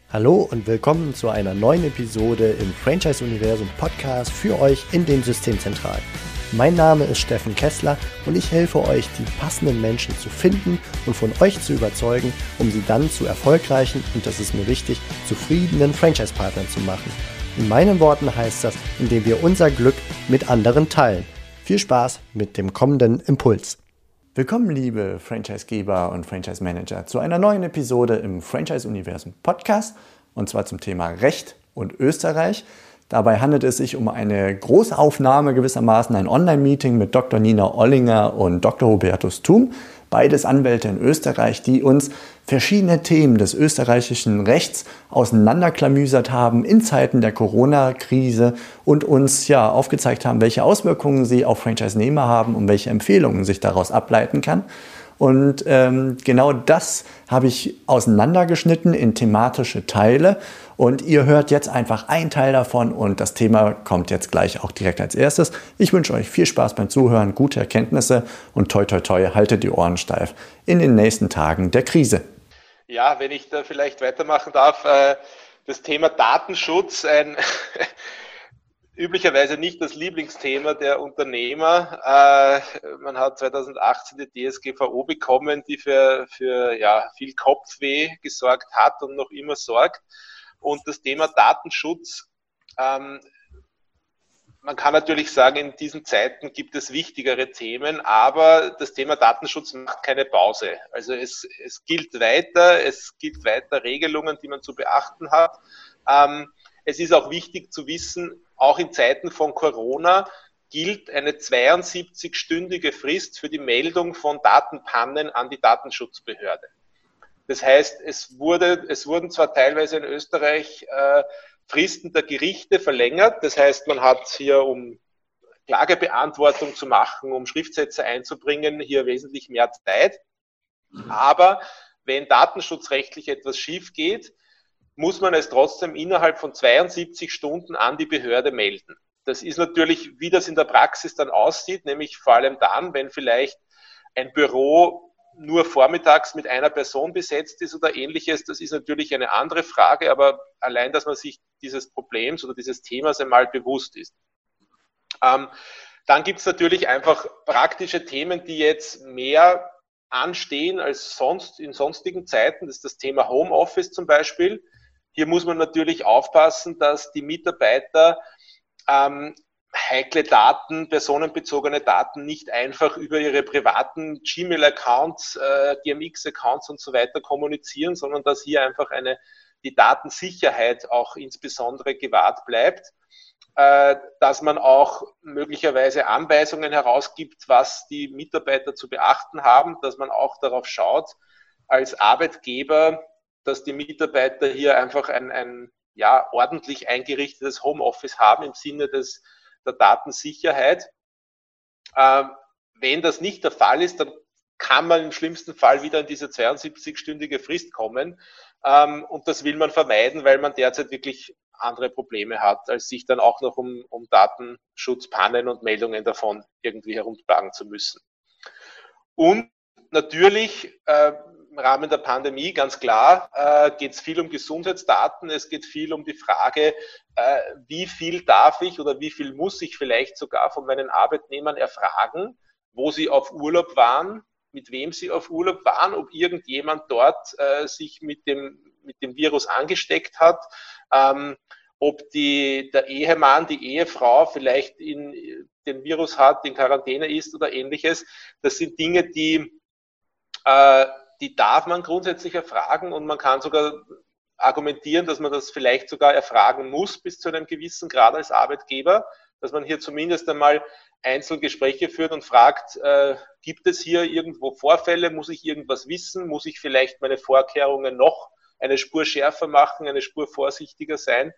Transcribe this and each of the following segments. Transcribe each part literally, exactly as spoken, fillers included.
Hallo und willkommen zu einer neuen Episode im Franchise-Universum Podcast für euch in den Systemzentralen. Mein Name ist Steffen Kessler und ich helfe euch, die passenden Menschen zu finden und von euch zu überzeugen, um sie dann zu erfolgreichen und, das ist mir wichtig, zufriedenen Franchise-Partnern zu machen. In meinen Worten heißt das, indem wir unser Glück mit anderen teilen. Viel Spaß mit dem kommenden Impuls. Willkommen, liebe Franchisegeber und Franchise-Manager, zu einer neuen Episode im Franchise-Universum Podcast, und zwar zum Thema Recht und Österreich. Dabei handelt es sich um eine Großaufnahme gewissermaßen, ein Online-Meeting mit Doktor Nina Ollinger und Doktor Hubertus Thum, beides Anwälte in Österreich, die uns verschiedene Themen des österreichischen Rechts auseinanderklamüsert haben in Zeiten der Corona-Krise und uns ja aufgezeigt haben, welche Auswirkungen sie auf Franchise-Nehmer haben und welche Empfehlungen sich daraus ableiten kann. Und ähm, genau das habe ich auseinandergeschnitten in thematische Teile. Und ihr hört jetzt einfach einen Teil davon und das Thema kommt jetzt gleich auch direkt als erstes. Ich wünsche euch viel Spaß beim Zuhören, gute Erkenntnisse und toi toi toi, haltet die Ohren steif in den nächsten Tagen der Krise. Ja, wenn ich da vielleicht weitermachen darf, äh, das Thema Datenschutz, ein üblicherweise nicht das Lieblingsthema der Unternehmer. Äh, man hat zweitausendachtzehn die D S G V O bekommen, die für, für ja, viel Kopfweh gesorgt hat und noch immer sorgt. Und das Thema Datenschutz, ähm, man kann natürlich sagen, in diesen Zeiten gibt es wichtigere Themen, aber das Thema Datenschutz macht keine Pause. Also es, es gilt weiter, es gibt weiter Regelungen, die man zu beachten hat. Ähm, es ist auch wichtig zu wissen, auch in Zeiten von Corona gilt eine zweiundsiebzig-stündige Frist für die Meldung von Datenpannen an die Datenschutzbehörde. Das heißt, es wurde, es wurden zwar teilweise in Österreich äh, Fristen der Gerichte verlängert. Das heißt, man hat hier, um Klagebeantwortung zu machen, um Schriftsätze einzubringen, hier wesentlich mehr Zeit. Aber wenn datenschutzrechtlich etwas schief geht, muss man es trotzdem innerhalb von zweiundsiebzig Stunden an die Behörde melden. Das ist natürlich, wie das in der Praxis dann aussieht, nämlich vor allem dann, wenn vielleicht ein Büro nur vormittags mit einer Person besetzt ist oder ähnliches, das ist natürlich eine andere Frage, aber allein, dass man sich dieses Problems oder dieses Themas einmal bewusst ist. Ähm, dann gibt es natürlich einfach praktische Themen, die jetzt mehr anstehen als sonst in sonstigen Zeiten. Das ist das Thema Homeoffice zum Beispiel. Hier muss man natürlich aufpassen, dass die Mitarbeiter ähm, heikle Daten, personenbezogene Daten nicht einfach über ihre privaten Gmail-Accounts, äh, G M X-Accounts und so weiter kommunizieren, sondern dass hier einfach eine, die Datensicherheit auch insbesondere gewahrt bleibt, äh, dass man auch möglicherweise Anweisungen herausgibt, was die Mitarbeiter zu beachten haben, dass man auch darauf schaut, als Arbeitgeber, dass die Mitarbeiter hier einfach ein, ein ja, ordentlich eingerichtetes Homeoffice haben im Sinne des der Datensicherheit. Ähm, wenn das nicht der Fall ist, dann kann man im schlimmsten Fall wieder in diese zweiundsiebzig-stündige Frist kommen. Ähm, und das will man vermeiden, weil man derzeit wirklich andere Probleme hat, als sich dann auch noch um, um Datenschutzpannen und Meldungen davon irgendwie herumtragen zu müssen. Und natürlich äh, im Rahmen der Pandemie, ganz klar, äh, geht es viel um Gesundheitsdaten. Es geht viel um die Frage, äh, wie viel darf ich oder wie viel muss ich vielleicht sogar von meinen Arbeitnehmern erfragen, wo sie auf Urlaub waren, mit wem sie auf Urlaub waren, ob irgendjemand dort äh, sich mit dem, mit dem Virus angesteckt hat, ähm, ob die, der Ehemann, die Ehefrau vielleicht in, den Virus hat, in Quarantäne ist oder ähnliches. Das sind Dinge, die äh, die darf man grundsätzlich erfragen und man kann sogar argumentieren, dass man das vielleicht sogar erfragen muss bis zu einem gewissen Grad als Arbeitgeber, dass man hier zumindest einmal Einzelgespräche führt und fragt, äh, gibt es hier irgendwo Vorfälle, muss ich irgendwas wissen, muss ich vielleicht meine Vorkehrungen noch eine Spur schärfer machen, eine Spur vorsichtiger sein.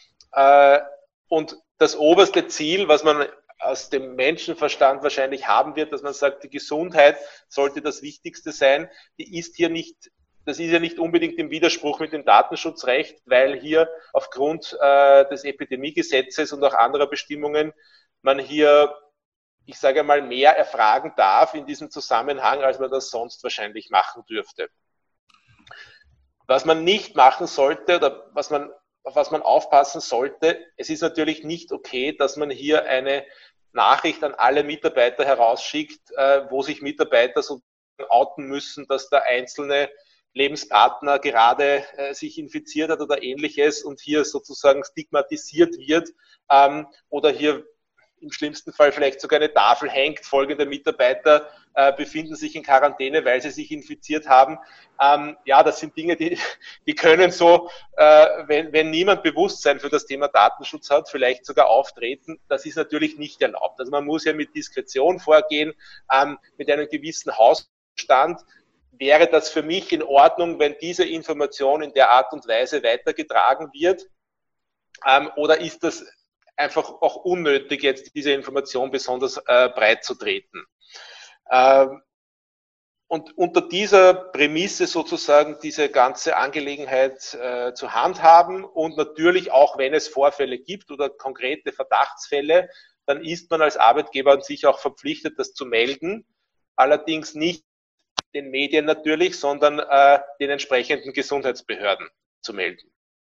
Äh, und das oberste Ziel, was man aus dem Menschenverstand wahrscheinlich haben wird, dass man sagt, die Gesundheit sollte das Wichtigste sein, die ist hier nicht, das ist ja nicht unbedingt im Widerspruch mit dem Datenschutzrecht, weil hier aufgrund äh, des Epidemiegesetzes und auch anderer Bestimmungen man hier, ich sage mal, mehr erfragen darf in diesem Zusammenhang, als man das sonst wahrscheinlich machen dürfte. Was man nicht machen sollte oder was man, auf was man aufpassen sollte, es ist natürlich nicht okay, dass man hier eine Nachricht an alle Mitarbeiter herausschickt, äh, wo sich Mitarbeiter so outen müssen, dass der einzelne Lebenspartner gerade äh, sich infiziert hat oder ähnliches und hier sozusagen stigmatisiert wird ähm, oder hier im schlimmsten Fall vielleicht sogar eine Tafel hängt, folgende Mitarbeiter äh, befinden sich in Quarantäne, weil sie sich infiziert haben. Ähm, ja, das sind Dinge, die, die können so, äh, wenn, wenn niemand Bewusstsein für das Thema Datenschutz hat, vielleicht sogar auftreten. Das ist natürlich nicht erlaubt. Also man muss ja mit Diskretion vorgehen, ähm, mit einem gewissen Hausstand. Wäre das für mich in Ordnung, wenn diese Information in der Art und Weise weitergetragen wird? Ähm, oder ist das einfach auch unnötig, jetzt diese Information besonders äh, breit zu treten? Ähm, und unter dieser Prämisse sozusagen diese ganze Angelegenheit äh, zu handhaben und natürlich auch, wenn es Vorfälle gibt oder konkrete Verdachtsfälle, dann ist man als Arbeitgeber an sich auch verpflichtet, das zu melden. Allerdings nicht den Medien natürlich, sondern äh, den entsprechenden Gesundheitsbehörden zu melden.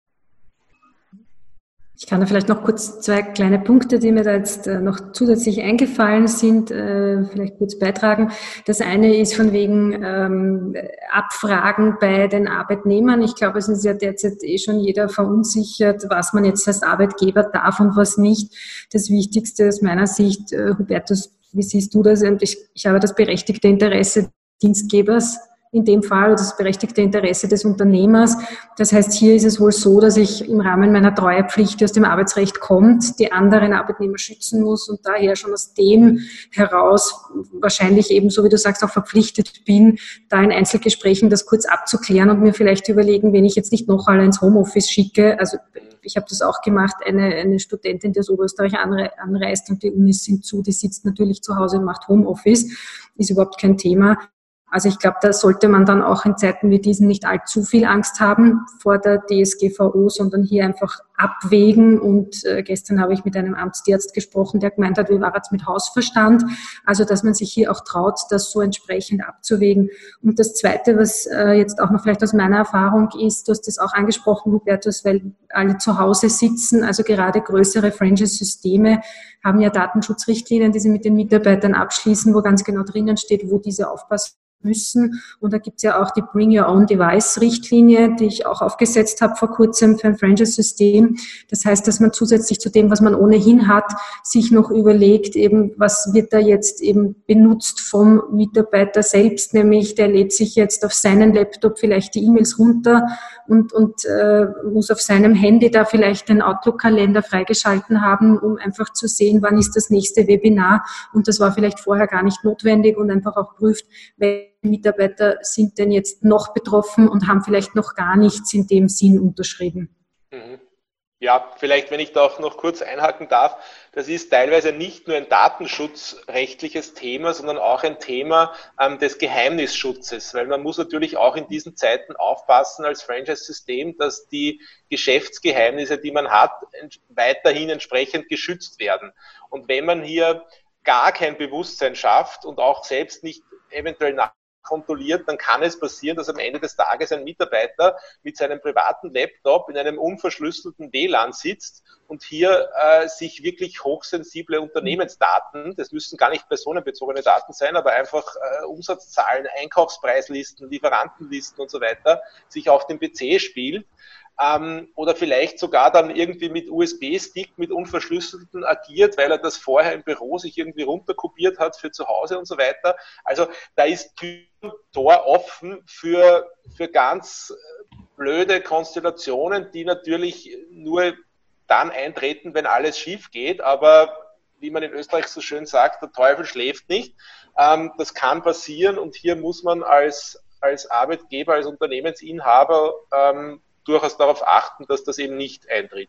Ich kann da vielleicht noch kurz zwei kleine Punkte, die mir da jetzt äh, noch zusätzlich eingefallen sind, äh, vielleicht kurz beitragen. Das eine ist von wegen ähm, Abfragen bei den Arbeitnehmern. Ich glaube, es ist ja derzeit eh schon jeder verunsichert, was man jetzt als Arbeitgeber darf und was nicht. Das Wichtigste aus meiner Sicht, äh, Hubertus, wie siehst du das? Und ich, ich habe das berechtigte Interesse des Dienstgebers in dem Fall, oder das berechtigte Interesse des Unternehmers. Das heißt, hier ist es wohl so, dass ich im Rahmen meiner Treuepflicht, die aus dem Arbeitsrecht kommt, die anderen Arbeitnehmer schützen muss und daher schon aus dem heraus wahrscheinlich eben, so wie du sagst, auch verpflichtet bin, da in Einzelgesprächen das kurz abzuklären und mir vielleicht überlegen, wen ich jetzt nicht noch alle ins Homeoffice schicke. Also ich habe das auch gemacht, eine, eine Studentin, die aus Oberösterreich anre, anreist und die Unis sind zu, die sitzt natürlich zu Hause und macht Homeoffice, ist überhaupt kein Thema. Also ich glaube, da sollte man dann auch in Zeiten wie diesen nicht allzu viel Angst haben vor der D S G V O, sondern hier einfach abwägen. Und äh, gestern habe ich mit einem Amtsarzt gesprochen, der gemeint hat, wie war es mit Hausverstand? Also dass man sich hier auch traut, das so entsprechend abzuwägen. Und das Zweite, was äh, jetzt auch noch vielleicht aus meiner Erfahrung ist, du hast das auch angesprochen, Hubertus, weil alle zu Hause sitzen, also gerade größere Franchise-Systeme haben ja Datenschutzrichtlinien, die sie mit den Mitarbeitern abschließen, wo ganz genau drinnen steht, wo diese aufpassen müssen. Und da gibt es ja auch die Bring Your Own Device-Richtlinie, die ich auch aufgesetzt habe vor kurzem für ein Franchise-System. Das heißt, dass man zusätzlich zu dem, was man ohnehin hat, sich noch überlegt, eben, was wird da jetzt eben benutzt vom Mitarbeiter selbst, nämlich der lädt sich jetzt auf seinen Laptop vielleicht die E-Mails runter und, und äh, muss auf seinem Handy da vielleicht den Outlook-Kalender freigeschalten haben, um einfach zu sehen, wann ist das nächste Webinar. Und das war vielleicht vorher gar nicht notwendig und einfach auch prüft, welche Mitarbeiter sind denn jetzt noch betroffen und haben vielleicht noch gar nichts in dem Sinn unterschrieben. Mhm. Ja, vielleicht, wenn ich da auch noch kurz einhaken darf, das ist teilweise nicht nur ein datenschutzrechtliches Thema, sondern auch ein Thema ähm, des Geheimnisschutzes, weil man muss natürlich auch in diesen Zeiten aufpassen als Franchise-System, dass die Geschäftsgeheimnisse, die man hat, weiterhin entsprechend geschützt werden. Und wenn man hier gar kein Bewusstsein schafft und auch selbst nicht eventuell nach kontrolliert, dann kann es passieren, dass am Ende des Tages ein Mitarbeiter mit seinem privaten Laptop in einem unverschlüsselten W L A N sitzt und hier äh, sich wirklich hochsensible Unternehmensdaten, das müssen gar nicht personenbezogene Daten sein, aber einfach äh, Umsatzzahlen, Einkaufspreislisten, Lieferantenlisten und so weiter, sich auf dem P C spielt. Ähm, oder vielleicht sogar dann irgendwie mit U S B-Stick, mit unverschlüsselten agiert, weil er das vorher im Büro sich irgendwie runterkopiert hat für zu Hause und so weiter. Also da ist Tür und Tor offen für, für ganz blöde Konstellationen, die natürlich nur dann eintreten, wenn alles schief geht, aber wie man in Österreich so schön sagt, der Teufel schläft nicht. Ähm, das kann passieren und hier muss man als, als Arbeitgeber, als Unternehmensinhaber ähm, durchaus darauf achten, dass das eben nicht eintritt.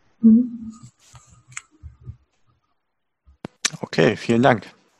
Okay, vielen Dank.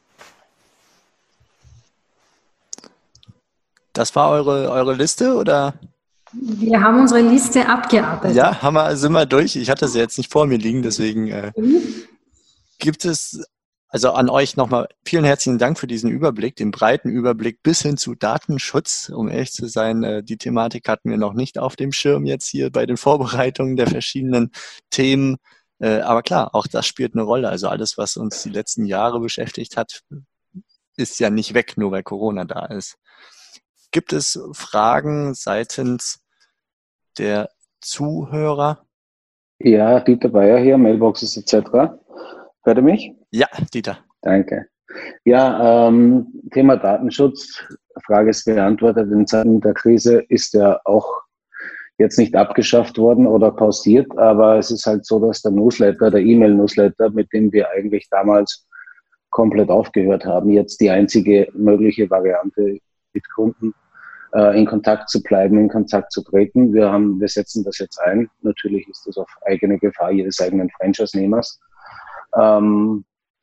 Das war eure, eure Liste, oder? Wir haben unsere Liste abgearbeitet. Ja, haben wir, sind wir durch. Ich hatte sie jetzt nicht vor mir liegen, deswegen äh, Mhm. gibt es also an euch nochmal vielen herzlichen Dank für diesen Überblick, den breiten Überblick bis hin zu Datenschutz. Um ehrlich zu sein, die Thematik hatten wir noch nicht auf dem Schirm jetzt hier bei den Vorbereitungen der verschiedenen Themen. Aber klar, auch das spielt eine Rolle. Also alles, was uns die letzten Jahre beschäftigt hat, ist ja nicht weg, nur weil Corona da ist. Gibt es Fragen seitens der Zuhörer? Ja, Dieter Bayer hier, Mailboxes et cetera. Hört ihr mich? Ja, Dieter. Danke. Ja, ähm, Thema Datenschutz, Frage ist beantwortet. In Zeiten der Krise ist ja auch jetzt nicht abgeschafft worden oder pausiert, aber es ist halt so, dass der Newsletter, der E-Mail-Newsletter, mit dem wir eigentlich damals komplett aufgehört haben, jetzt die einzige mögliche Variante mit Kunden äh, in Kontakt zu bleiben, in Kontakt zu treten. Wir haben, wir setzen das jetzt ein. Natürlich ist das auf eigene Gefahr jedes eigenen Franchise-Nehmers. Ähm,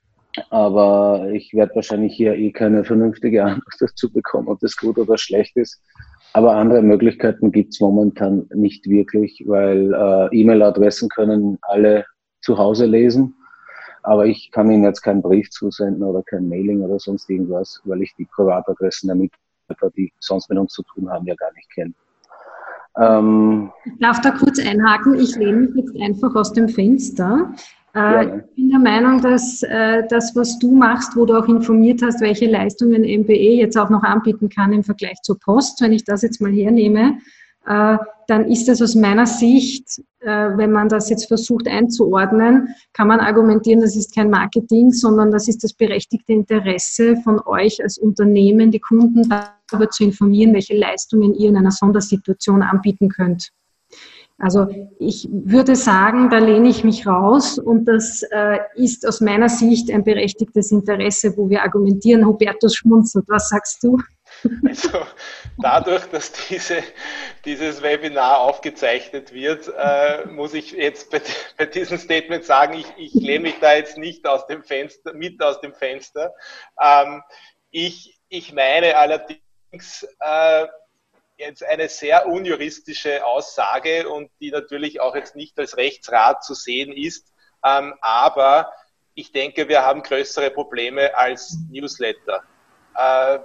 aber ich werde wahrscheinlich hier eh keine vernünftige Antwort dazu bekommen, ob das gut oder schlecht ist. Aber andere Möglichkeiten gibt es momentan nicht wirklich, weil äh, E-Mail-Adressen können alle zu Hause lesen. Aber ich kann Ihnen jetzt keinen Brief zusenden oder kein Mailing oder sonst irgendwas, weil ich die Privatadressen der Mitarbeiter, die sonst mit uns zu tun haben, ja gar nicht kenne. Ähm, ich darf da kurz einhaken. Ich lehne mich jetzt einfach aus dem Fenster. Äh, ich bin der Meinung, dass äh, das, was du machst, wo du auch informiert hast, welche Leistungen M B E jetzt auch noch anbieten kann im Vergleich zur Post, wenn ich das jetzt mal hernehme, äh, dann ist das aus meiner Sicht, äh, wenn man das jetzt versucht einzuordnen, kann man argumentieren, das ist kein Marketing, sondern das ist das berechtigte Interesse von euch als Unternehmen, die Kunden darüber zu informieren, welche Leistungen ihr in einer Sondersituation anbieten könnt. Also ich würde sagen, da lehne ich mich raus und das äh, ist aus meiner Sicht ein berechtigtes Interesse, wo wir argumentieren. Hubertus schmunzelt. Was sagst du? Also dadurch, dass diese, dieses Webinar aufgezeichnet wird, äh, muss ich jetzt bei, bei diesem Statement sagen, ich, ich lehne mich da jetzt nicht aus dem Fenster, mit aus dem Fenster. Ähm, ich, ich meine allerdings, äh, jetzt eine sehr unjuristische Aussage und die natürlich auch jetzt nicht als Rechtsrat zu sehen ist, ähm, aber ich denke, wir haben größere Probleme als Newsletter. Äh,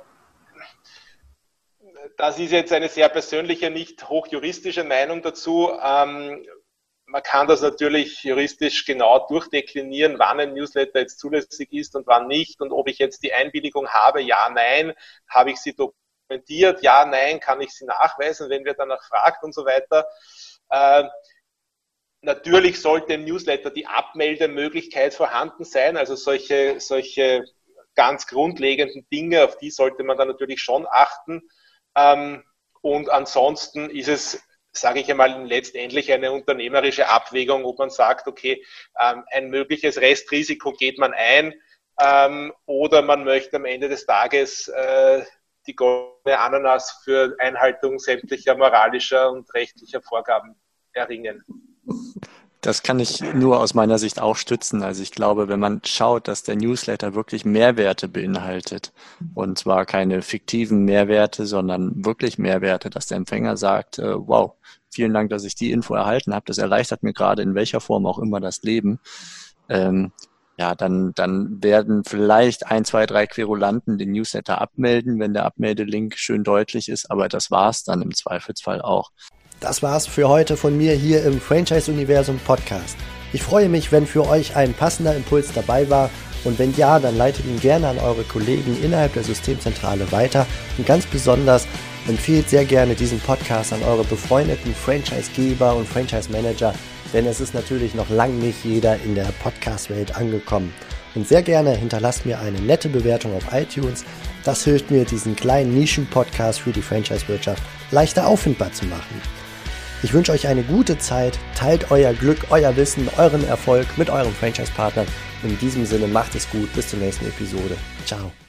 das ist jetzt eine sehr persönliche, nicht hochjuristische Meinung dazu. Ähm, man kann das natürlich juristisch genau durchdeklinieren, wann ein Newsletter jetzt zulässig ist und wann nicht und ob ich jetzt die Einwilligung habe, ja, nein, habe ich sie dokumentiert, ja, nein, kann ich sie nachweisen, wenn wir danach fragt und so weiter. Äh, natürlich sollte im Newsletter die Abmeldemöglichkeit vorhanden sein, also solche, solche ganz grundlegenden Dinge, auf die sollte man dann natürlich schon achten. Ähm, und ansonsten ist es, sage ich einmal, letztendlich eine unternehmerische Abwägung, ob man sagt, okay, ähm, ein mögliches Restrisiko geht man ein ähm, oder man möchte am Ende des Tages äh, die goldene Ananas für Einhaltung sämtlicher moralischer und rechtlicher Vorgaben erringen. Das kann ich nur aus meiner Sicht auch stützen. Also ich glaube, wenn man schaut, dass der Newsletter wirklich Mehrwerte beinhaltet, und zwar keine fiktiven Mehrwerte, sondern wirklich Mehrwerte, dass der Empfänger sagt, äh, wow, vielen Dank, dass ich die Info erhalten habe, das erleichtert mir gerade in welcher Form auch immer das Leben. Ähm, Ja, dann, dann werden vielleicht ein, zwei, drei Querulanten den Newsletter abmelden, wenn der Abmeldelink schön deutlich ist, aber das war's dann im Zweifelsfall auch. Das war's für heute von mir hier im Franchise-Universum Podcast. Ich freue mich, wenn für euch ein passender Impuls dabei war und wenn ja, dann leitet ihn gerne an eure Kollegen innerhalb der Systemzentrale weiter und ganz besonders empfehlt sehr gerne diesen Podcast an eure befreundeten Franchise-Geber und Franchise-Manager, denn es ist natürlich noch lange nicht jeder in der Podcast-Welt angekommen. Und sehr gerne hinterlasst mir eine nette Bewertung auf iTunes. Das hilft mir, diesen kleinen Nischen-Podcast für die Franchise-Wirtschaft leichter auffindbar zu machen. Ich wünsche euch eine gute Zeit, teilt euer Glück, euer Wissen, euren Erfolg mit euren Franchise-Partnern. In diesem Sinne macht es gut, bis zur nächsten Episode. Ciao.